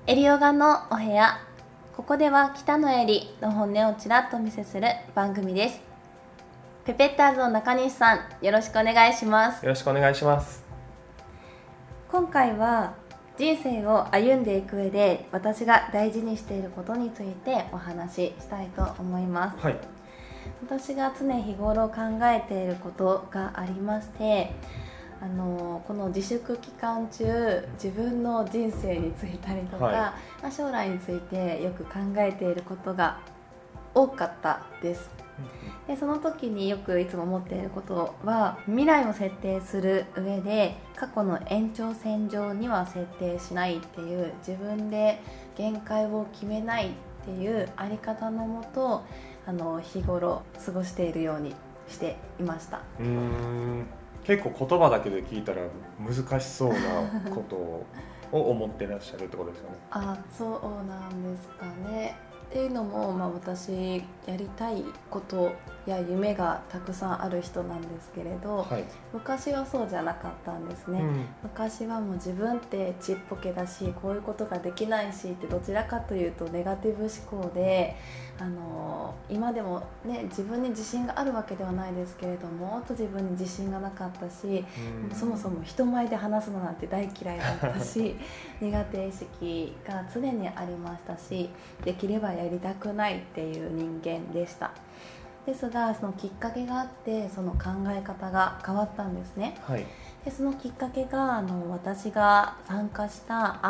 エリオガのお部屋。ここでは北野エリの本音をちらっとお見せする番組です。ペペッターズの中西さん、よろしくお願いします。 よろしくお願いします。 今回は人生を歩んでいく上で私が大事にしていることについてお話ししたいと思います。 はい。 私が常日頃考えていることがありまして、この自粛期間中、自分の人生についたりとか、将来についてよく考えていることが多かったです。でその時によくいつも思っていることは、未来を設定する上で過去の延長線上には設定しないっていう、自分で限界を決めないっていうあり方のもと、日頃過ごしているようにしていました。 結構言葉だけで聞いたら難しそうなことを思ってらっしゃるってことですよね。 そうなんですかね。っていうのも、私やりたいことや夢がたくさんある人なんですけれど、昔はそうじゃなかったんですね。昔はもう自分ってちっぽけだし、こういうことができないしって、どちらかというとネガティブ思考で、今でもね、自分に自信があるわけではないですけれども、もっと自分に自信がなかったし、そもそも人前で話すのなんて大嫌いだったし苦手意識が常にありましたし、できればやりたくないっていう人間でした。ですが、そのきっかけがあって、その考え方が変わったんですね。でそのきっかけが私が参加した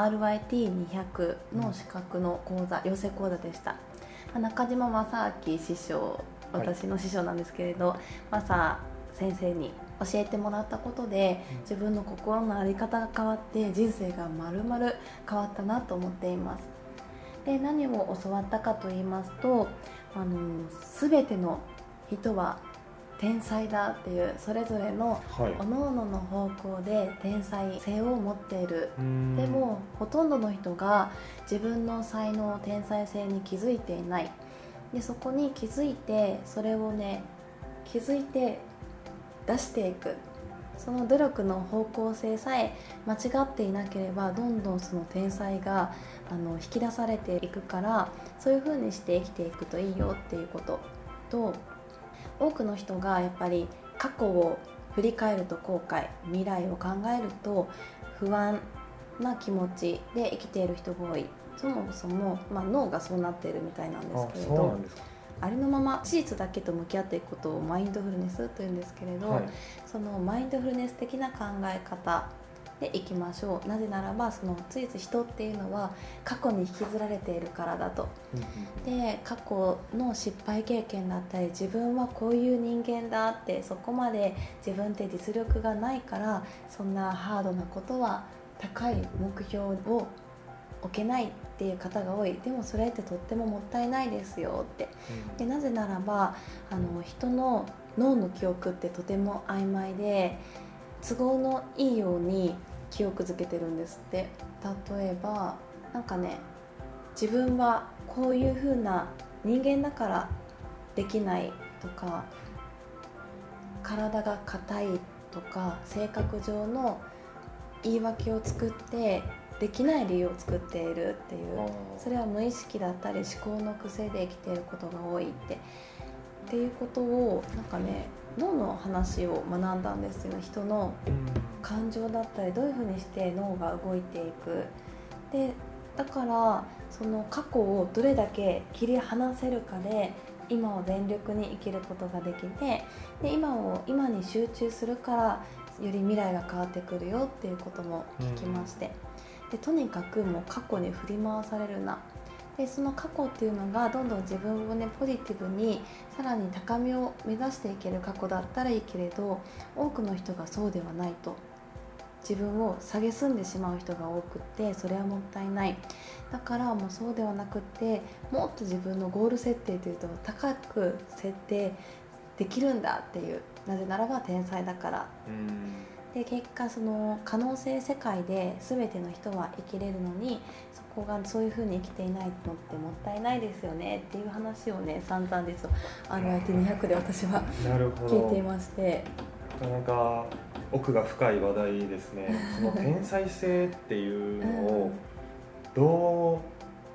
RYT200 の資格の講座、養成講座でした。中島正明師匠、私の師匠なんですけれど、正先生に教えてもらったことで、自分の心の在り方が変わって人生がまるまる変わったなと思っています。で何を教わったかと言いますと、全ての人は天才だっていう、それぞれの各々の方向で天才性を持っている。でもほとんどの人が自分の才能、天才性に気づいていない。でそこに気づいて、それをね、気づいて出していく、その努力の方向性さえ間違っていなければ、どんどんその天才が引き出されていくから、そういう風にして生きていくといいよっていうことと、多くの人がやっぱり過去を振り返ると後悔、未来を考えると不安な気持ちで生きている人が多い。そもそも、脳がそうなっているみたいなんですけれど、ありのまま事実だけと向き合っていくことをマインドフルネスというんですけれど、そのマインドフルネス的な考え方でいきましょう。なぜならば、そのついつい人っていうのは過去に引きずられているからだと。で過去の失敗経験だったり、自分はこういう人間だって、そこまで自分って実力がないから、そんなハードなことは、高い目標を置けないっていう方が多い。でもそれってとってももったいないですよって。でなぜならば、人の脳の記憶ってとても曖昧で、都合のいいように記憶づけてるんですって。例えば自分はこういう風な人間だからできないとか、体が硬いとか、性格上の言い訳を作ってできない理由を作っているっていう、それは無意識だったり思考の癖で生きていることが多いっていうことを脳の話を学んだんですよ。人の感情だったり、どういうふうにして脳が動いていく。でだからその過去をどれだけ切り離せるかで、今を全力に生きることができて、で今に集中するから、より未来が変わってくるよっていうことも聞きまして、でとにかくもう過去に振り回されるな。でその過去っていうのがどんどん自分をね、ポジティブにさらに高みを目指していける過去だったらいいけれど、多くの人がそうではないと、自分を蔑んでしまう人が多くって、それはもったいない。だからもうそうではなくって、もっと自分のゴール設定というと高く設定できるんだっていう、なぜならば天才だから。で結果、その可能性世界で全ての人は生きれるのに、そこがそういう風に生きていないのってもったいないですよねっていう話をね、散々実は RYT200 で私は聞いていまして、 なかなか奥が深い話題ですね。その天才性っていうのをど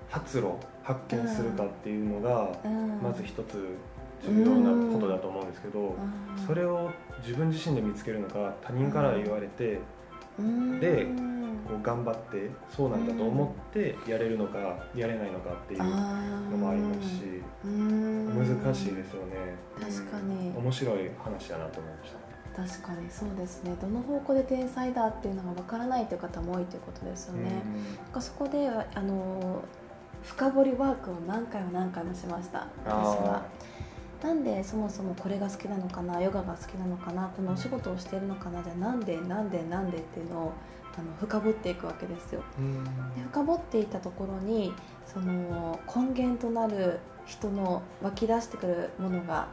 発露発見するかっていうのが、まず一つ重要なことだと思うんですけど、それを自分自身で見つけるのか他人から言われて、でこう頑張ってそうなんだと思ってやれるのかやれないのかっていうのもありますし、難しいですよね。 確かに面白い話だなと思いました。 確かにそうですね。どの方向で天才だっていうのがわからないという方も多いということですよね。そこで深掘りワークを何回もしました。私はなんでそもそもこれが好きなのかな、ヨガが好きなのかな、このお仕事をしているのかな、じゃあなんでっていうのを深掘っていくわけですよ。で深掘っていったところにその根源となる人の湧き出してくるものが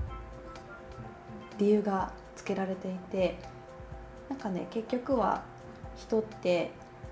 理由がつけられていて、なんかね結局は人って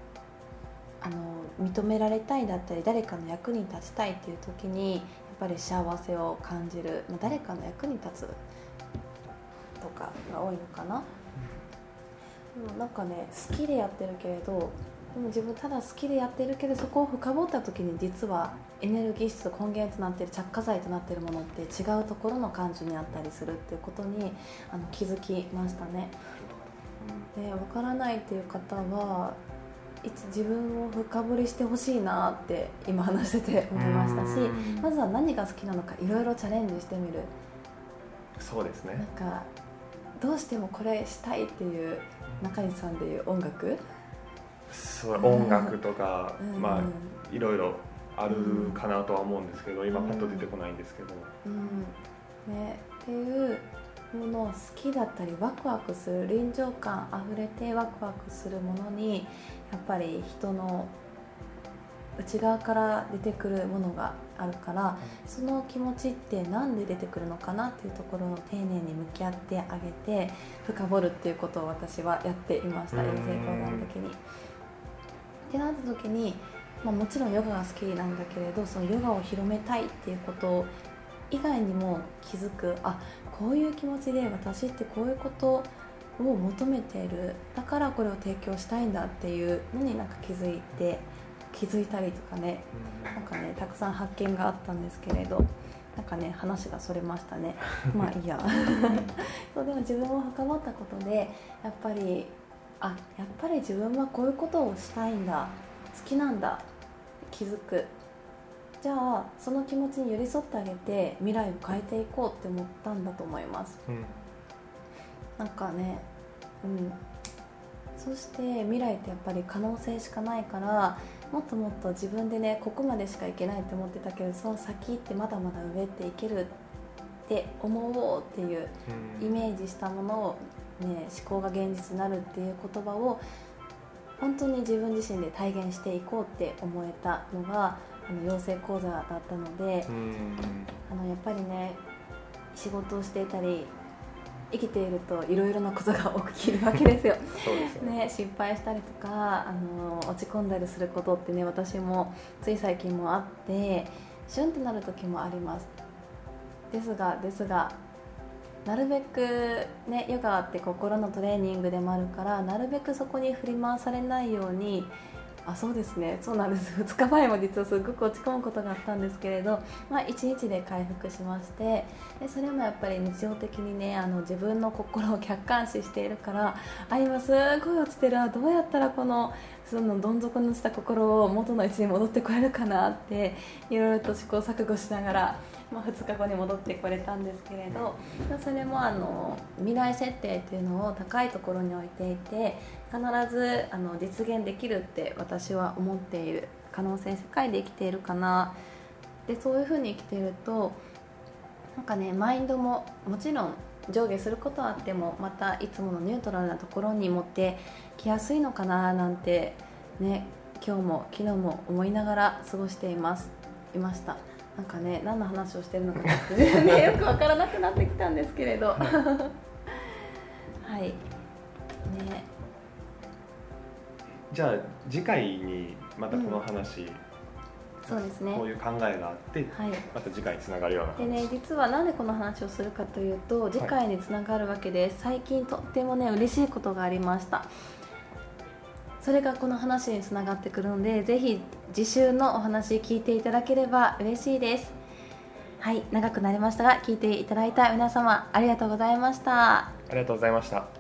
認められたいだったり誰かの役に立ちたいっていう時にやっぱり幸せを感じる、誰かの役に立つとかが多いのかな。でもなんかね好きでやってるけれど、でも自分ただ好きでやってるけどそこを深掘った時に実はエネルギー質と根源となっている着火剤となっているものって違うところの感受にあったりするっていうことに気づきましたね。で分からないっていう方は自分を深掘りしてほしいなって今話してて思いましたし、まずは何が好きなのかいろいろチャレンジしてみる。 そうですね。 なんかどうしてもこれしたいっていう中西さんでいう音楽、 音楽とか、まあいろいろあるかなとは思うんですけど、今パッと出てこないんですけど、 ね、っていうものを好きだったりワクワクする、臨場感あふれてワクワクするものにやっぱり人の内側から出てくるものがあるから、その気持ちってなんで出てくるのかなっていうところを丁寧に向き合ってあげて深掘るっていうことを私はやっていました、養成講座の時に。ってなった時に、もちろんヨガが好きなんだけれど、そのヨガを広めたいっていうこと以外にも気づく、こういう気持ちで私ってこういうことを求めている、だからこれを提供したいんだっていうのに気づいたりとかね、たくさん発見があったんですけれど、話がそれましたね。まあいいやそうでも自分を深まったことでやっぱり自分はこういうことをしたいんだ、好きなんだ、気づく。じゃあその気持ちに寄り添ってあげて未来を変えていこうって思ったんだと思います。そして未来ってやっぱり可能性しかないから、もっともっと自分でねここまでしかいけないって思ってたけど、その先ってまだまだ上っていけるって思おうっていうイメージしたものを、思考が現実になるっていう言葉を本当に自分自身で体現していこうって思えたのが養成講座だったので、やっぱりね仕事をしていたり生きているといろいろなことが起きるわけですよ。 そうですよね。 失敗したりとか落ち込んだりすることってね、私もつい最近もあってシュンってなる時もあります。ですがなるべくね、ヨガって心のトレーニングでもあるから、なるべくそこに振り回されないように、そうですね、そうなんです。2日前も実はすごく落ち込むことがあったんですけれど、1日で回復しまして、でそれもやっぱり日常的にね自分の心を客観視しているから、今すごい落ちてる、どうやったらそのどん底にした心を元の位置に戻ってこれるかなっていろいろと試行錯誤しながら、2日後に戻ってこれたんですけれど、それも未来設定っていうのを高いところに置いていて、必ず実現できるって私は思っている。可能性世界で生きているかな。でそういう風に生きているとマインドももちろん上下することはあっても、またいつものニュートラルなところに持ってきやすいのかななんてね、今日も昨日も思いながら過ごしていました。何の話をしてるのかなって、よく分からなくなってきたんですけれどはいね。 じゃあ次回にまたこの話、 そうですね、 こういう考えがあって、また次回につながるような話でね、実はなんでこの話をするかというと、次回につながるわけで、最近とってもね嬉しいことがありました。 それがこの話につながってくるので、ぜひ次週のお話聞いていただければ嬉しいです。はい、長くなりましたが聞いていただいた皆様ありがとうございました。 ありがとうございました。